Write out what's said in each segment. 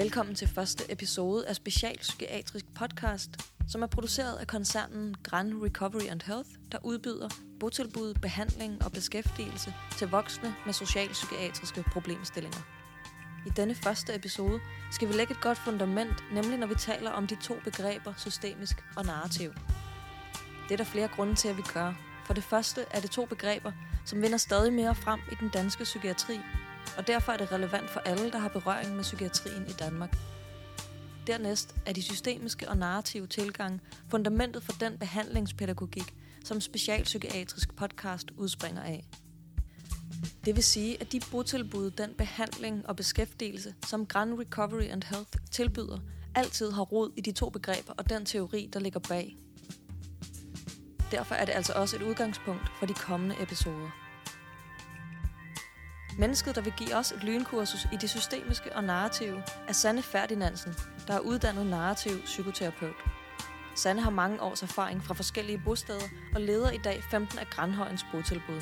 Velkommen til første episode af Specialpsykiatrisk Podcast, som er produceret af koncernen Grand Recovery and Health, der udbyder botilbud, behandling og beskæftigelse til voksne med socialpsykiatriske problemstillinger. I denne første episode skal vi lægge et godt fundament, nemlig når vi taler om de to begreber systemisk og narrativ. Det er der flere grunde til, at vi gør. For det første er det to begreber, som vinder stadig mere frem i den danske psykiatri, og derfor er det relevant for alle, der har berøring med psykiatrien i Danmark. Dernæst er de systemiske og narrative tilgange fundamentet for den behandlingspædagogik, som Specialpsykiatrisk Podcast udspringer af. Det vil sige, at de botilbud, den behandling og beskæftigelse, som Grand Recovery and Health tilbyder, altid har rod i de to begreber og den teori, der ligger bag. Derfor er det altså også et udgangspunkt for de kommende episoder. Mennesket, der vil give os et lynkursus i det systemiske og narrative, er Sanne Ferdinandsen, der er uddannet narrativ psykoterapeut. Sanne har mange års erfaring fra forskellige bosteder og leder i dag 15 af Granhøjens botilbud.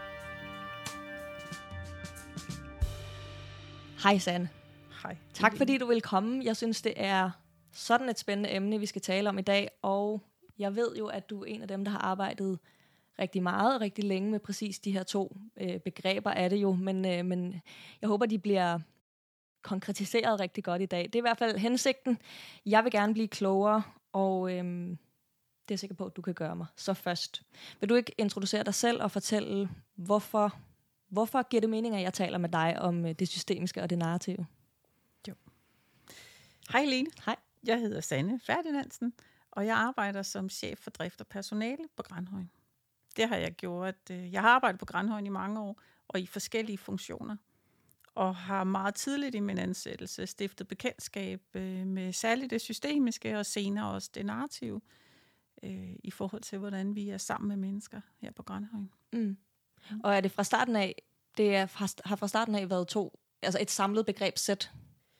Hej Sanne. Hej. Tak fordi du vil komme. Jeg synes, det er sådan et spændende emne, vi skal tale om i dag, og jeg ved jo, at du er en af dem, der har arbejdet rigtig meget og rigtig længe med præcis de her to begreber er det jo, men jeg håber, de bliver konkretiseret rigtig godt i dag. Det er i hvert fald hensigten. Jeg vil gerne blive klogere, og det er jeg sikker på, at du kan gøre mig. Så først, vil du ikke introducere dig selv og fortælle, hvorfor giver det mening, at jeg taler med dig om det systemiske og det narrative? Jo. Hej Lene. Hej. Jeg hedder Sanne Ferdinandsen, og jeg arbejder som chef for drift og personale på Granhøjen. Det har jeg gjort. Jeg har arbejdet på Granhøjen i mange år, og i forskellige funktioner. Og har meget tidligt i min ansættelse stiftet bekendtskab med særligt det systemiske, og senere også det narrative, i forhold til, hvordan vi er sammen med mennesker her på Granhøjen. Mm. Og er det fra starten af, har fra starten af været et samlet begrebssæt?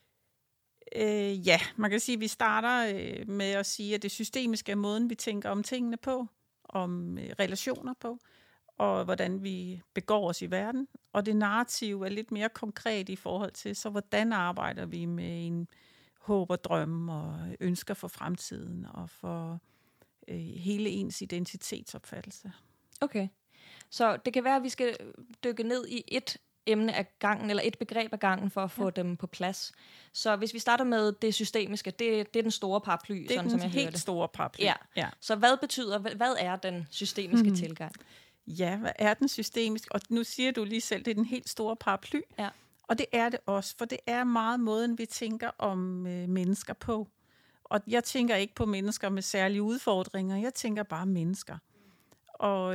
Ja, man kan sige, at vi starter med at sige, at det systemiske er måden, vi tænker om tingene på, om relationer på, og hvordan vi begår os i verden. Og det narrative er lidt mere konkret i forhold til, så hvordan arbejder vi med en håb og drøm og ønsker for fremtiden og for hele ens identitetsopfattelse. Okay, så det kan være, at vi skal dykke ned i et emne af gangen, eller et begreb af gangen, for at få dem på plads. Så hvis vi starter med det systemiske, det er den store paraply, det er sådan som jeg helt hører det. Store paraply. Ja. Så hvad er den systemiske tilgang? Ja, hvad er den systemiske? Og nu siger du lige selv, det er den helt store paraply. Ja. Og det er det også, for det er meget måden, vi tænker om mennesker på. Og jeg tænker ikke på mennesker med særlige udfordringer, jeg tænker bare mennesker. Og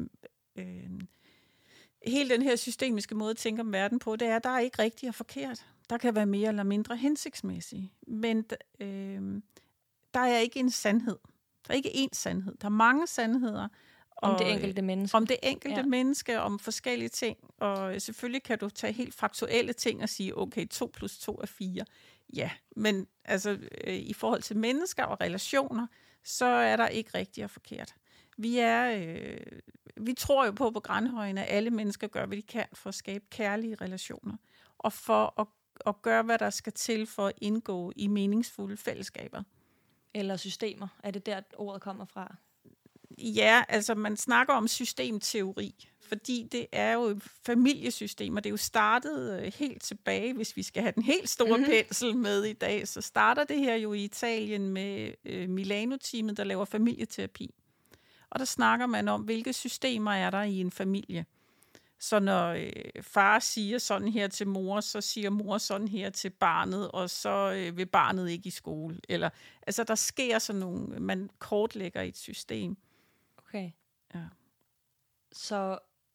hele den her systemiske måde at tænke om verden på, det er, at der er ikke rigtigt og forkert. Der kan være mere eller mindre hensigtsmæssige. Men der er ikke en sandhed. Der er ikke én sandhed. Der er mange sandheder. Om det enkelte menneske. Om det enkelte menneske, om forskellige ting. Og selvfølgelig kan du tage helt faktuelle ting og sige, okay, 2 + 2 er 4. Ja, men altså i forhold til mennesker og relationer, så er der ikke rigtigt og forkert. Vi tror jo på Granhøjen, at alle mennesker gør, hvad de kan for at skabe kærlige relationer. Og for at gøre, hvad der skal til for at indgå i meningsfulde fællesskaber. Eller systemer. Er det der, ordet kommer fra? Ja, altså man snakker om systemteori, fordi det er jo familiesystemer. Det er jo startet helt tilbage, hvis vi skal have den helt store pensel med i dag. Så starter det her jo i Italien med Milano-teamet, der laver familieterapi. Og der snakker man om, hvilke systemer er der i en familie. Så når far siger sådan her til mor, så siger mor sådan her til barnet, og så vil barnet ikke i skole. Eller, altså der sker sådan nogle, man kortlægger et system. Okay. Ja. Så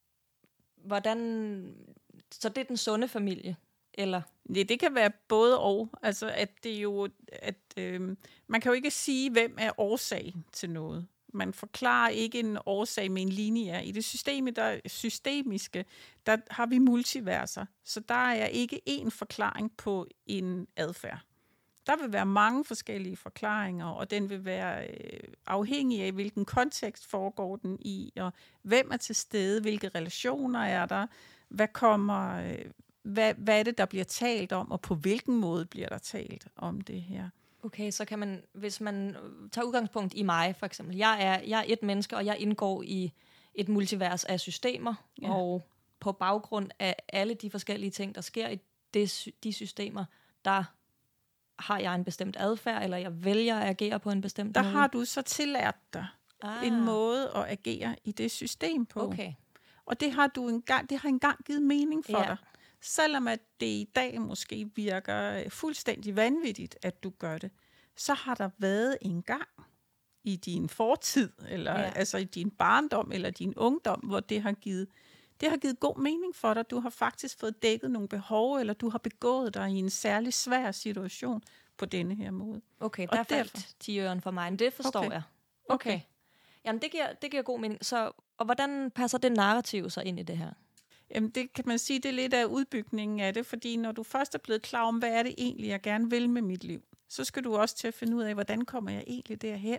så det er den sunde familie, eller? Ja, det kan være både og. Altså at det jo, man kan jo ikke sige, hvem er årsagen til noget. Man forklarer ikke en årsag med en linje. I det systemiske, der har vi multiverser. Så der er ikke én forklaring på en adfærd. Der vil være mange forskellige forklaringer, og den vil være afhængig af, hvilken kontekst foregår den i, og hvem er til stede, hvilke relationer er der, hvad er det, der bliver talt om, og på hvilken måde bliver der talt om det her. Okay, så kan man, hvis man tager udgangspunkt i mig, for eksempel. Jeg er et menneske, og jeg indgår i et multivers af systemer, og på baggrund af alle de forskellige ting, der sker i de systemer, der har jeg en bestemt adfærd, eller jeg vælger at agere på en bestemt måde. Der har du så tillært dig en måde at agere i det system på. Okay. Og det har engang givet mening for dig. Selvom at det i dag måske virker fuldstændig vanvittigt, at du gør det, så har der været en gang i din fortid, eller altså i din barndom, eller din ungdom, hvor det har givet god mening for dig. Du har faktisk fået dækket nogle behov, eller du har begået dig i en særlig svær situation på denne her måde. Okay, der faldt 10 øren for mig, men det forstår jeg. Okay. Jamen, det giver god mening. Så, og hvordan passer det narrativ så ind i det her? Jamen, det kan man sige, det er lidt af udbygningen af det, fordi når du først er blevet klar om, hvad er det egentlig, jeg gerne vil med mit liv, så skal du også til at finde ud af, hvordan kommer jeg egentlig derhen?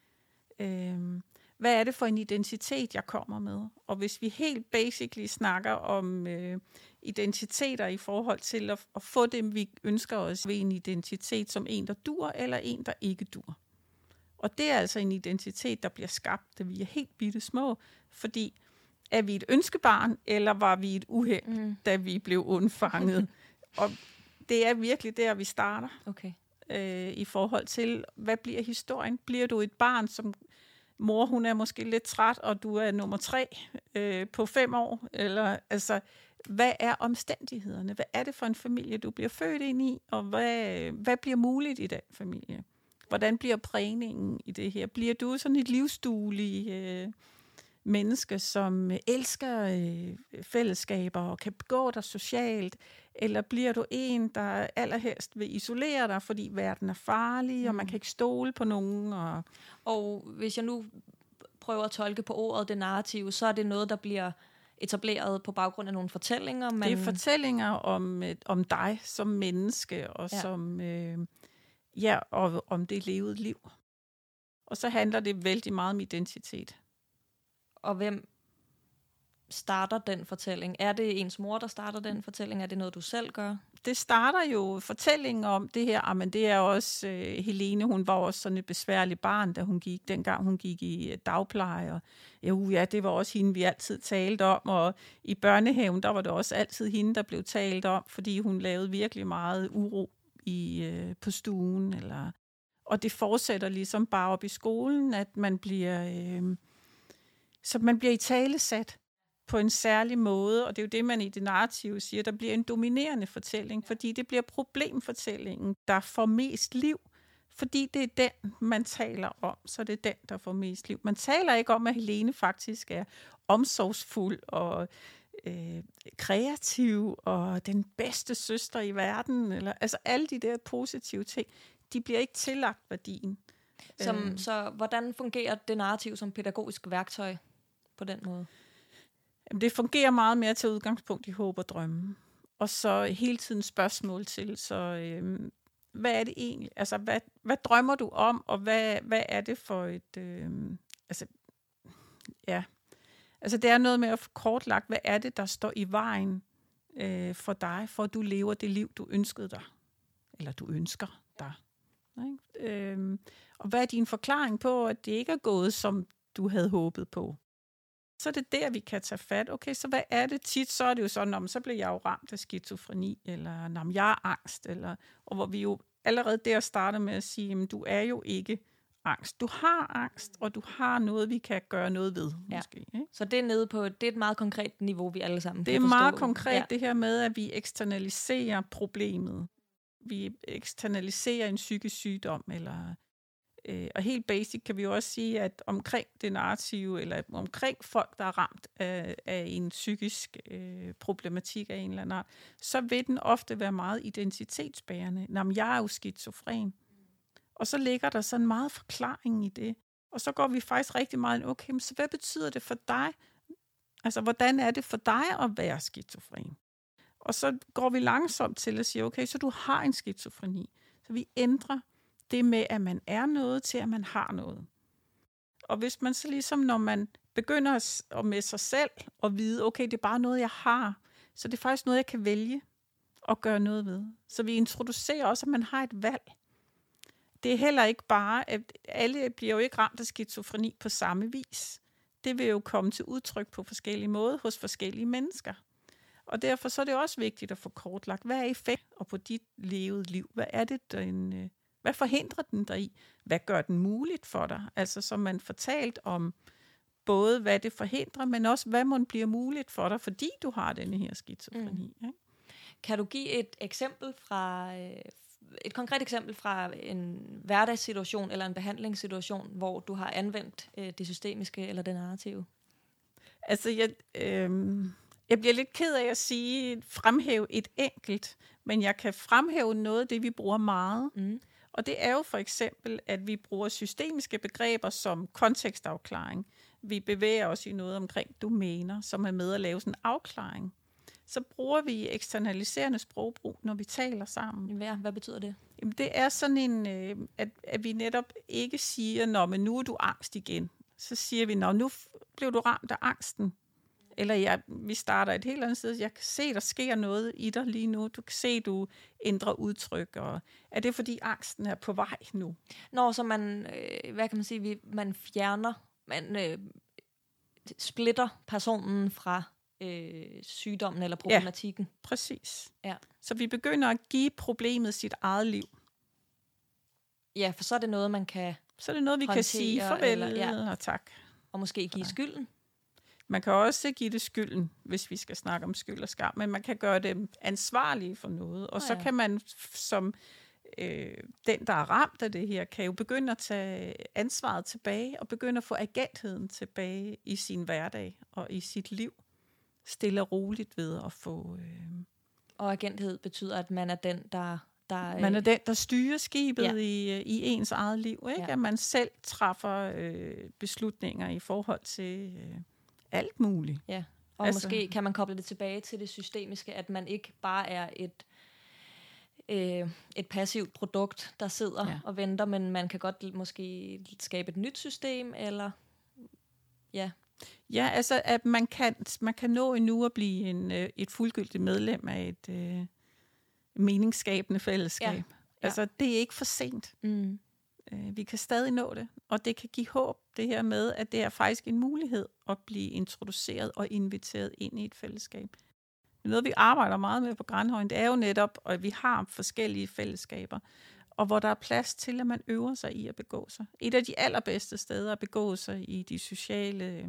Hvad er det for en identitet, jeg kommer med? Og hvis vi helt basically snakker om identiteter i forhold til at få dem, vi ønsker os ved en identitet som en, der dur, eller en, der ikke dur. Og det er altså en identitet, der bliver skabt, da vi er helt bitte små, fordi er vi et ønskebarn, eller var vi et uheld, da vi blev undfanget? Og det er virkelig der, vi starter. Okay. I forhold til, hvad bliver historien? Bliver du et barn, som mor, hun er måske lidt træt, og du er nummer 3 på 5 år? Eller, altså, hvad er omstændighederne? Hvad er det for en familie, du bliver født ind i? Og hvad bliver muligt i den familie? Hvordan bliver prægningen i det her? Bliver du sådan et livsdueligt menneske, som elsker fællesskaber og kan begå dig socialt? Eller bliver du en, der allerhelst vil isolere dig, fordi verden er farlig, og man kan ikke stole på nogen? Og hvis jeg nu prøver at tolke på ordet, det narrative, så er det noget, der bliver etableret på baggrund af nogle fortællinger? Det er fortællinger om dig som menneske, og og om det levede liv. Og så handler det vældig meget om identitet. Og hvem starter den fortælling? Er det ens mor, der starter den fortælling? Er det noget, du selv gør? Det starter jo fortællingen om det her, men det er også Helene, hun var også sådan et besværligt barn, dengang hun gik i dagpleje. Og det var også hende, vi altid talte om, og i børnehaven, der var det også altid hende, der blev talt om, fordi hun lavede virkelig meget uro på stuen. Og det fortsætter ligesom bare op i skolen, at man bliver italesat på en særlig måde, og det er jo det, man i det narrative siger, der bliver en dominerende fortælling, fordi det bliver problemfortællingen, der får mest liv, fordi det er den, man taler om, så det er den, der får mest liv. Man taler ikke om, at Helene faktisk er omsorgsfuld og kreativ og den bedste søster i verden, eller altså alle de der positive ting, de bliver ikke tillagt værdien. Så hvordan fungerer det narrativ som pædagogisk værktøj på den måde? Jamen, det fungerer meget mere til udgangspunkt i håb og drømme. Og så hele tiden spørgsmål til, hvad er det egentlig? Altså, hvad drømmer du om, og hvad er det for et... Altså, det er noget med at få kortlagt, hvad er det, der står i vejen for dig, for at du lever det liv, du ønskede dig. Eller du ønsker dig. Og hvad er din forklaring på, at det ikke er gået, som du havde håbet på? Så er det der, vi kan tage fat. Okay, så hvad er det tit? Så er det jo sådan, så bliver jeg jo ramt af skizofreni, eller jeg er angst, og hvor vi jo allerede der starter med at sige, jamen, du er jo ikke angst. Du har angst, og du har noget, vi kan gøre noget ved, måske. Ikke? Så det er nede på, det er et meget konkret niveau, vi alle sammen kan forstå. Det er meget konkret, det her med, at vi eksternaliserer problemet. Vi eksternaliserer en psykisk sygdom, og helt basic kan vi jo også sige, at omkring det narrative, eller omkring folk, der er ramt af en psykisk problematik af en eller anden art, så vil den ofte være meget identitetsbærende. Jamen, jeg er jo skizofren. Og så ligger der sådan meget forklaring i det. Og så går vi faktisk rigtig meget ind, okay, så hvad betyder det for dig? Altså, hvordan er det for dig at være skizofren? Og så går vi langsomt til at sige, okay, så du har en skizofreni. Så vi ændrer det med, at man er noget, til at man har noget. Og hvis man så ligesom, når man begynder at med sig selv at vide, okay, det er bare noget, jeg har, så det er faktisk noget, jeg kan vælge. at gøre noget ved. Så vi introducerer også, at man har et valg. Det er heller ikke bare, at alle bliver jo ikke ramt af skizofreni på samme vis. Det vil jo komme til udtryk på forskellige måder hos forskellige mennesker. Og derfor så er det også vigtigt at få kortlagt, hvad er effekt og på dit levede liv? Hvad er det, hvad forhindrer den dig i? Hvad gør den muligt for dig? Altså som man fortalt om både, hvad det forhindrer, men også, hvad man bliver muligt for dig, fordi du har denne her skizofreni. Ikke? Kan du give et konkret eksempel fra en hverdagssituation eller en behandlingssituation, hvor du har anvendt det systemiske eller det narrative? Altså, jeg bliver lidt ked af at fremhæve et enkelt, men jeg kan fremhæve noget af det, vi bruger meget. Og det er jo for eksempel, at vi bruger systemiske begreber som kontekstafklaring. Vi bevæger os i noget omkring domæner, som er med at lave sådan en afklaring. Så bruger vi eksternaliserende sprogbrug, når vi taler sammen. Hvad betyder det? Jamen, det er sådan en, at vi netop ikke siger, men nu er du angst igen. Så siger vi, nu blev du ramt af angsten. Eller vi starter et helt andet sted. Jeg kan se, der sker noget i dig lige nu. Du kan se, du ændrer udtryk. Og er det, fordi angsten er på vej nu? Så man, hvad kan man sige, man fjerner, man splitter personen fra sygdommen eller problematikken. Ja, præcis. Ja. Så vi begynder at give problemet sit eget liv. Ja, for så er det noget, man kan Så er det noget, vi kan sige farvel og tak. Og måske give skylden. Man kan også give det skylden, hvis vi skal snakke om skyld og skam, men man kan gøre dem ansvarlige for noget. Og så kan man som den, der er ramt af det her, kan jo begynde at tage ansvaret tilbage og begynde at få agentheden tilbage i sin hverdag og i sit liv. Stille og roligt ved at få... Og agenthed betyder, at man er den, der man er den, der styrer skibet i ens eget liv. Ikke? Ja. At man selv træffer beslutninger i forhold til alt muligt. Ja, og måske kan man koble det tilbage til det systemiske, at man ikke bare er et passivt produkt, der sidder og venter, men man kan godt måske skabe et nyt system, eller... Ja, altså at man kan nå endnu at blive et fuldgyldigt medlem af et meningsskabende fællesskab. Ja. Altså det er ikke for sent. Vi kan stadig nå det, og det kan give håb, det her med, at det er faktisk en mulighed at blive introduceret og inviteret ind i et fællesskab. Noget, vi arbejder meget med på Granhøjen, det er jo netop, at vi har forskellige fællesskaber, og hvor der er plads til, at man øver sig i at begå sig. Et af de allerbedste steder at begå sig i de sociale...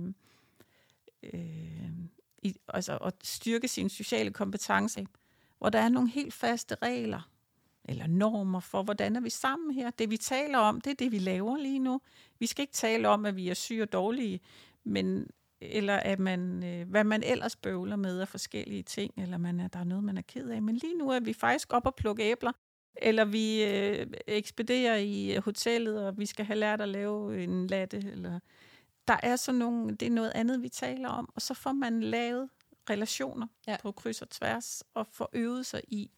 altså at styrke sine sociale kompetencer, hvor der er nogle helt faste regler eller normer for, hvordan er vi sammen her. Det vi taler om, det er det vi laver lige nu. Vi skal ikke tale om, at vi er syge og dårlige, eller at hvad man ellers bøvler med af forskellige ting, eller der er noget, man er ked af. Men lige nu er vi faktisk op og plukke æbler, eller vi ekspederer i hotellet, og vi skal have lært at lave en latte, eller... Der er det er noget andet, vi taler om, og så får man lavet relationer på kryds og tværs, og får øvet sig i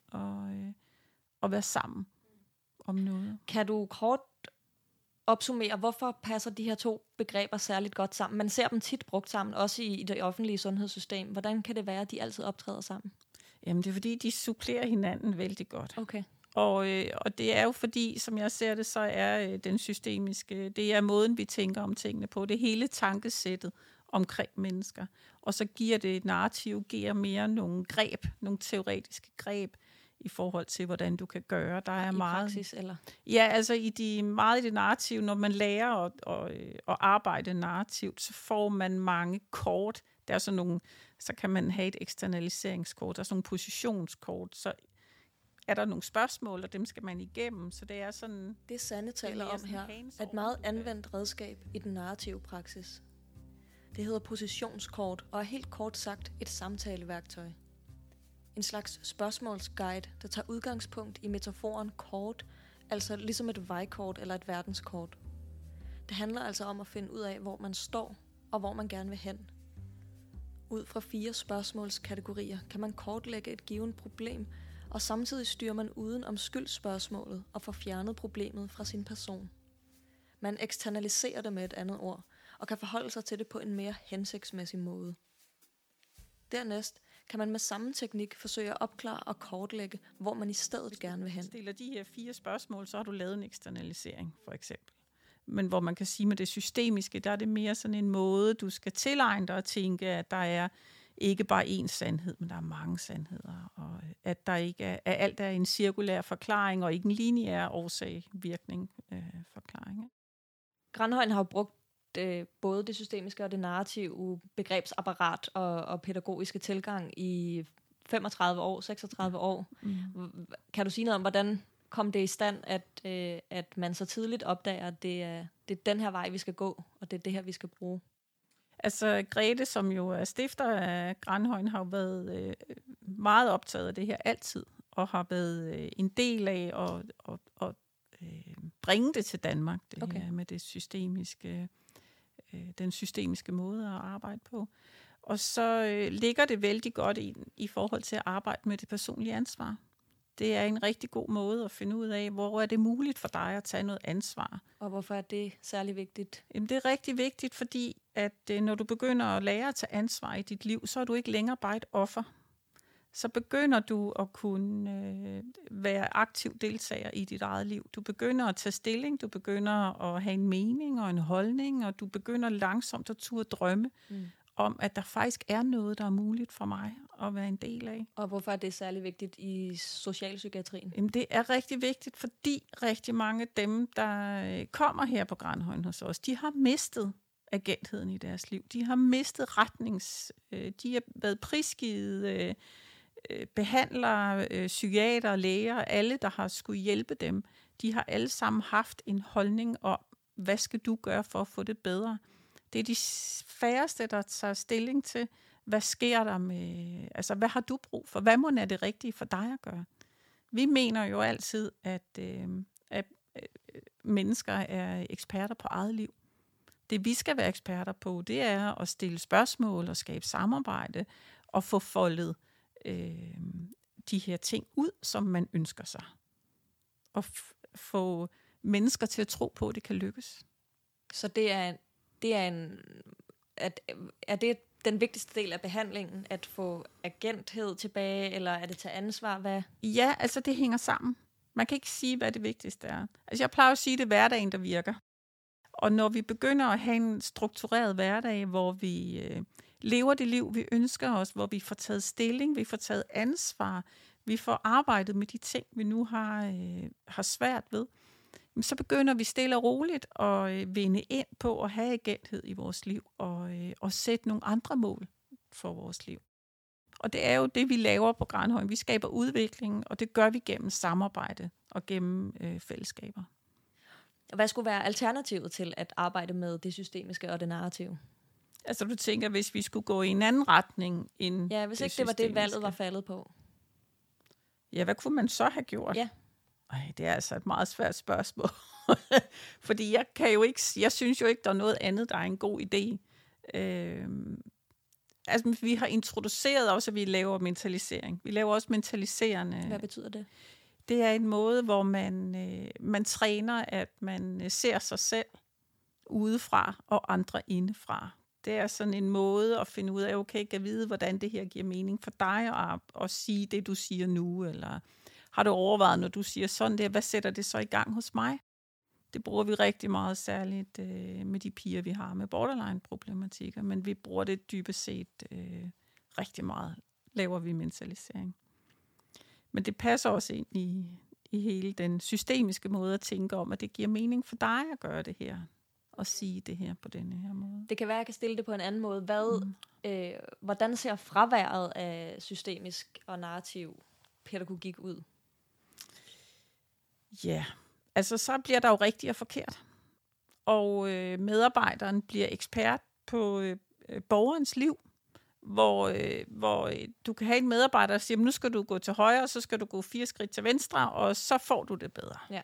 at være sammen om noget. Kan du kort opsummere, hvorfor passer de her to begreber særligt godt sammen? Man ser dem tit brugt sammen, også i det offentlige sundhedssystem. Hvordan kan det være, at de altid optræder sammen? Jamen, det er fordi, de supplerer hinanden vældig godt. Okay. Og det er jo fordi, som jeg ser det, så er den systemiske, det er måden, vi tænker om tingene på. Det er hele tankesættet omkring mennesker. Og så giver det et narrativ, giver mere nogle greb, nogle teoretiske greb, i forhold til, hvordan du kan gøre. Der er meget praksis, eller? Ja, altså meget i det narrativ, når man lærer at arbejde narrativt, så får man mange kort. Der er sådan nogle, så kan man have et eksternaliseringskort, der er sådan nogle positionskort, så er der nogle spørgsmål, og dem skal man igennem, så det er sådan... Det Sanne taler om her, er et meget anvendt redskab i den narrative praksis. Det hedder positionskort, og er helt kort sagt et samtaleværktøj. En slags spørgsmålsguide, der tager udgangspunkt i metaforen kort, altså ligesom et vejkort eller et verdenskort. Det handler altså om at finde ud af, hvor man står, og hvor man gerne vil hen. Ud fra 4 spørgsmålskategorier kan man kortlægge et givet problem, og samtidig styrer man uden om skyldspørgsmålet og får fjernet problemet fra sin person. Man eksternaliserer det med et andet ord, og kan forholde sig til det på en mere hensigtsmæssig måde. Dernæst kan man med samme teknik forsøge at opklare og kortlægge, hvor man i stedet gerne vil hen. Stiller de her 4 spørgsmål, så har du lavet en eksternalisering, for eksempel. Men hvor man kan sige med det systemiske, der er det mere sådan en måde, du skal tilegne dig og tænke, at der er ikke bare én sandhed, men der er mange sandheder, og at der ikke er, at alt er en cirkulær forklaring, og ikke en lineær årsag-virkning forklaring. Granhøjen har jo brugt både det systemiske og det narrative begrebsapparat og pædagogiske tilgang i 35 år, 36 år. Kan du sige noget om, hvordan kom det i stand, at man så tidligt opdager, at det er den her vej, vi skal gå, og det er det her, vi skal bruge? Altså Grete, som jo er stifter af Granhøjen, har jo været meget optaget af det her altid, og har været en del af at bringe det til Danmark, det her med det systemiske, den systemiske måde at arbejde på. Og så ligger det vældig godt i forhold til at arbejde med det personlige ansvar. Det er en rigtig god måde at finde ud af, hvor er det muligt for dig at tage noget ansvar. Og hvorfor er det særlig vigtigt? Jamen, det er rigtig vigtigt, fordi at når du begynder at lære at tage ansvar i dit liv, så er du ikke længere bare et offer. Så begynder du at kunne være aktiv deltager i dit eget liv. Du begynder at tage stilling, du begynder at have en mening og en holdning, og du begynder langsomt at turde drømme om, at der faktisk er noget, der er muligt for mig at være en del af. Og hvorfor er det særlig vigtigt i socialpsykiatrien? Jamen, det er rigtig vigtigt, fordi rigtig mange af dem, der kommer her på Granhøjen hos os, de har mistet agentheden i deres liv. De har mistet de har været prisgivet behandlere, psykiater, læger, alle, der har skulle hjælpe dem. De har alle sammen haft en holdning om, hvad skal du gøre for at få det bedre? Det er de færreste, der tager stilling til, hvad sker der med, altså hvad har du brug for? Hvad må er det rigtige for dig at gøre? Vi mener jo altid, at mennesker er eksperter på eget liv. Det vi skal være eksperter på, det er at stille spørgsmål og skabe samarbejde og få foldet de her ting ud, som man ønsker sig. Og få mennesker til at tro på, at det kan lykkes. Så det er det den vigtigste del af behandlingen, at få agenthed tilbage, eller er det til ansvar? Hvad? Ja, altså det hænger sammen. Man kan ikke sige, hvad det vigtigste er. Altså jeg plejer at sige, det er hverdagen, der virker. Og når vi begynder at have en struktureret hverdag, hvor vi lever det liv, vi ønsker os, hvor vi får taget stilling, vi får taget ansvar, vi får arbejdet med de ting, vi nu har svært ved, så begynder vi stille og roligt at vende ind på at have agenthed i vores liv og sætte nogle andre mål for vores liv. Og det er jo det, vi laver på Granhøjen. Vi skaber udvikling, og det gør vi gennem samarbejde og gennem fællesskaber. Hvad skulle være alternativet til at arbejde med det systemiske og det narrative? Altså du tænker, hvis vi skulle gå i en anden retning end ja, hvis ikke det var det, valget var faldet på. Ja, hvad kunne man så have gjort? Ja. Ej, det er altså et meget svært spørgsmål. Fordi jeg synes jo ikke, der er noget andet, der er en god idé. Altså, vi har introduceret også, at vi laver mentalisering. Vi laver også mentaliserende. Hvad betyder det? Det er en måde, hvor man træner, at man ser sig selv udefra og andre indefra. Det er sådan en måde at finde ud af, okay, kan vide, hvordan det her giver mening for dig, og sige det, du siger nu, eller har du overvejet, når du siger sådan der, hvad sætter det så i gang hos mig? Det bruger vi rigtig meget, særligt med de piger, vi har med borderline-problematikker, men vi bruger det dybest set rigtig meget, laver vi mentalisering. Men det passer også ind i hele den systemiske måde at tænke om, at det giver mening for dig at gøre det her, og sige det her på denne her måde. Det kan være, at jeg kan stille det på en anden måde. Hvordan ser fraværet af systemisk og narrativ pædagogik ud? Ja, altså så bliver der jo rigtigt og forkert. Og medarbejderen bliver ekspert på borgerens liv, hvor du kan have en medarbejder, der siger, nu skal du gå til højre, så skal du gå 4 skridt til venstre, og så får du det bedre. Ja.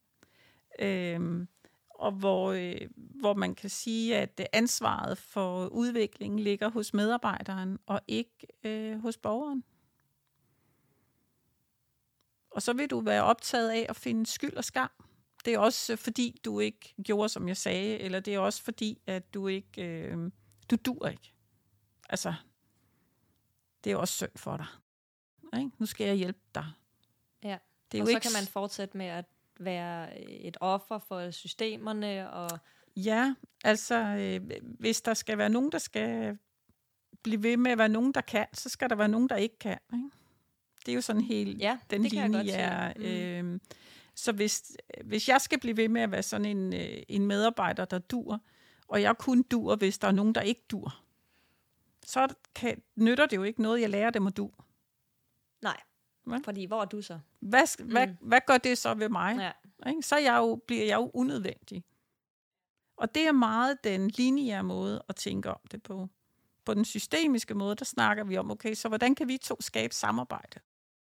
Og hvor man kan sige, at ansvaret for udviklingen ligger hos medarbejderen, og ikke hos borgeren. Og så vil du være optaget af at finde skyld og skam. Det er også fordi, du ikke gjorde, som jeg sagde, eller det er også fordi, at du ikke, du dur ikke. Altså, det er også synd for dig. Ikke? Nu skal jeg hjælpe dig. Ja, det er og jo så ikke... kan man fortsætte med at være et offer for systemerne. Og Ja, altså hvis der skal være nogen, der skal blive ved med at være nogen, der kan, så skal der være nogen, der ikke kan. Ikke? Det er jo sådan helt den linje, er. Så hvis jeg skal blive ved med at være sådan en medarbejder, der dur, og jeg kun dur, hvis der er nogen, der ikke dur, så nytter det jo ikke noget, jeg lærer dem at dur. Nej, fordi hvor er du så? Hvad gør det så ved mig? Ja. Ikke? Så bliver jeg jo unødvendig. Og det er meget den lineære måde at tænke om det på. På den systemiske måde, der snakker vi om, okay, så hvordan kan vi to skabe samarbejde?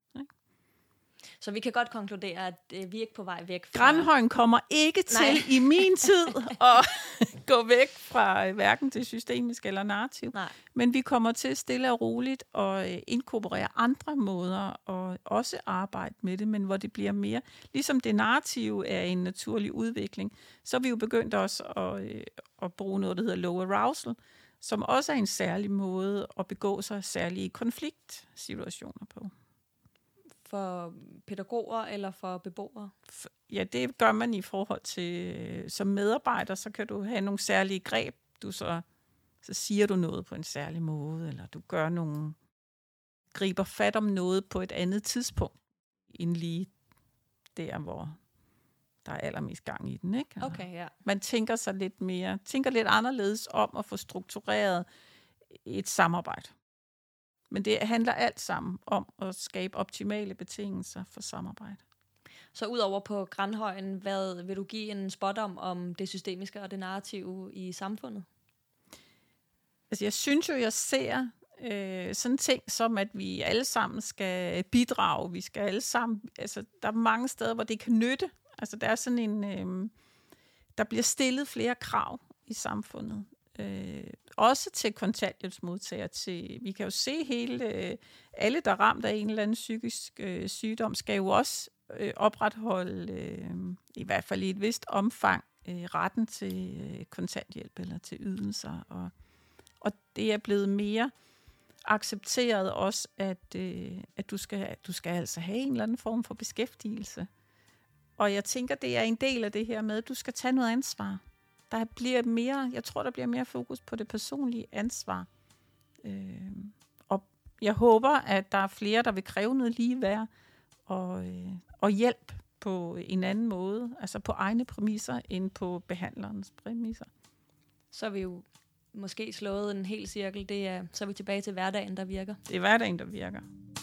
Så vi kan godt konkludere, at vi er ikke på vej væk fra... Granhøjen kommer ikke til i min tid at gå væk fra hverken det systemiske eller narrativ. Nej. Men vi kommer til stille og roligt at inkorporere andre måder og også arbejde med det, men hvor det bliver mere... Ligesom det narrative er en naturlig udvikling, så er vi jo begyndt også at bruge noget, der hedder low arousal, som også er en særlig måde at begå sig særlige konfliktsituationer på. For pædagoger eller for beboere? Ja, det gør man i forhold til, som medarbejder, så kan du have nogle særlige greb. Så siger du noget på en særlig måde, eller du griber fat om noget på et andet tidspunkt, end lige der, hvor der er allermest gang i den. Ikke? Okay, ja. Man tænker lidt anderledes om at få struktureret et samarbejde. Men det handler alt sammen om at skabe optimale betingelser for samarbejde. Så udover på Granhøjen, hvad vil du give en spot om det systemiske og det narrative i samfundet? Altså jeg synes jo, jeg ser sådan ting som, at vi alle sammen skal bidrage. Vi skal alle sammen, altså der er mange steder, hvor det kan nytte. Altså der er sådan der bliver stillet flere krav i samfundet. Også til kontanthjælpsmodtagere. Vi kan jo se alle, der er ramt af en eller anden psykisk sygdom, skal jo også opretholde, i hvert fald i et vist omfang, retten til kontanthjælp eller til ydelser. Og det er blevet mere accepteret også, at du skal altså have en eller anden form for beskæftigelse. Og jeg tænker, det er en del af det her med, at du skal tage noget ansvar. Jeg tror, der bliver mere fokus på det personlige ansvar. Og jeg håber, at der er flere, der vil kræve noget ligeværd og hjælp på en anden måde, altså på egne præmisser, end på behandlerens præmisser. Så er vi jo måske slået en hel cirkel. Så er vi tilbage til hverdagen, der virker. Det er hverdagen, der virker.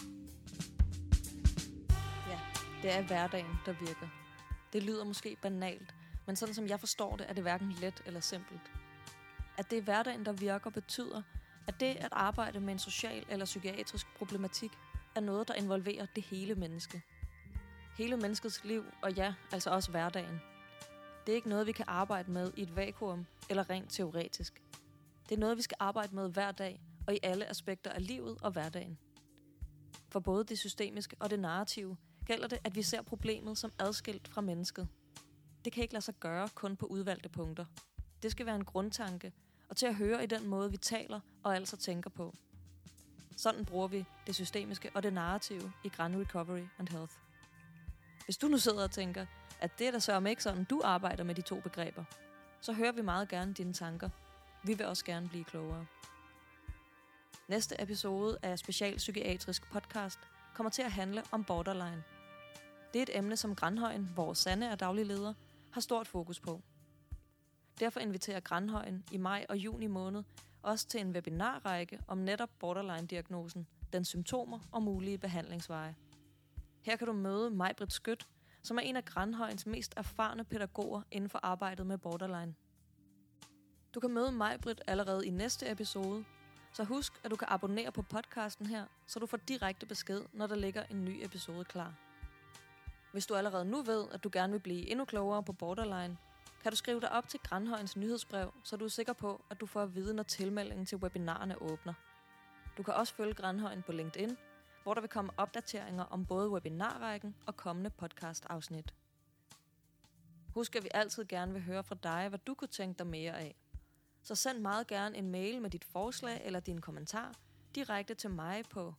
Ja, det er hverdagen, der virker. Det lyder måske banalt, men sådan som jeg forstår det, er det hverken let eller simpelt. At det er hverdagen, der virker, betyder, at det at arbejde med en social eller psykiatrisk problematik er noget, der involverer det hele menneske. Hele menneskets liv, og ja, altså også hverdagen. Det er ikke noget, vi kan arbejde med i et vakuum eller rent teoretisk. Det er noget, vi skal arbejde med hver dag og i alle aspekter af livet og hverdagen. For både det systemiske og det narrative gælder det, at vi ser problemet som adskilt fra mennesket. Det kan ikke lade sig gøre kun på udvalgte punkter. Det skal være en grundtanke, og til at høre i den måde, vi taler og altså tænker på. Sådan bruger vi det systemiske og det narrative i Grand Recovery and Health. Hvis du nu sidder og tænker, at det er da sørme ikke sådan, du arbejder med de to begreber, så hører vi meget gerne dine tanker. Vi vil også gerne blive klogere. Næste episode af Specialpsykiatrisk podcast kommer til at handle om borderline. Det er et emne, som Granhøjen, hvor Sanne er daglig leder, har stort fokus på. Derfor inviterer Granhøjen i maj og juni måned også til en webinarrække om netop borderline-diagnosen, dens symptomer og mulige behandlingsveje. Her kan du møde Maj-Britt Skødt, som er en af Granhøjens mest erfarne pædagoger inden for arbejdet med borderline. Du kan møde Maj-Britt allerede i næste episode, så husk, at du kan abonnere på podcasten her, så du får direkte besked, når der ligger en ny episode klar. Hvis du allerede nu ved, at du gerne vil blive endnu klogere på borderline, kan du skrive dig op til Granhøjens nyhedsbrev, så du er sikker på, at du får at vide, når tilmeldingen til webinarerne åbner. Du kan også følge Granhøjen på LinkedIn, hvor der vil komme opdateringer om både webinarrækken og kommende podcast-afsnit. Husk, at vi altid gerne vil høre fra dig, hvad du kunne tænke dig mere af. Så send meget gerne en mail med dit forslag eller din kommentar direkte til mig på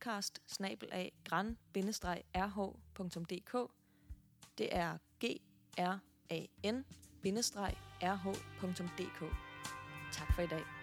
podcast@gran-rh.dk. Det er gran-rh.dk. Tak for i dag.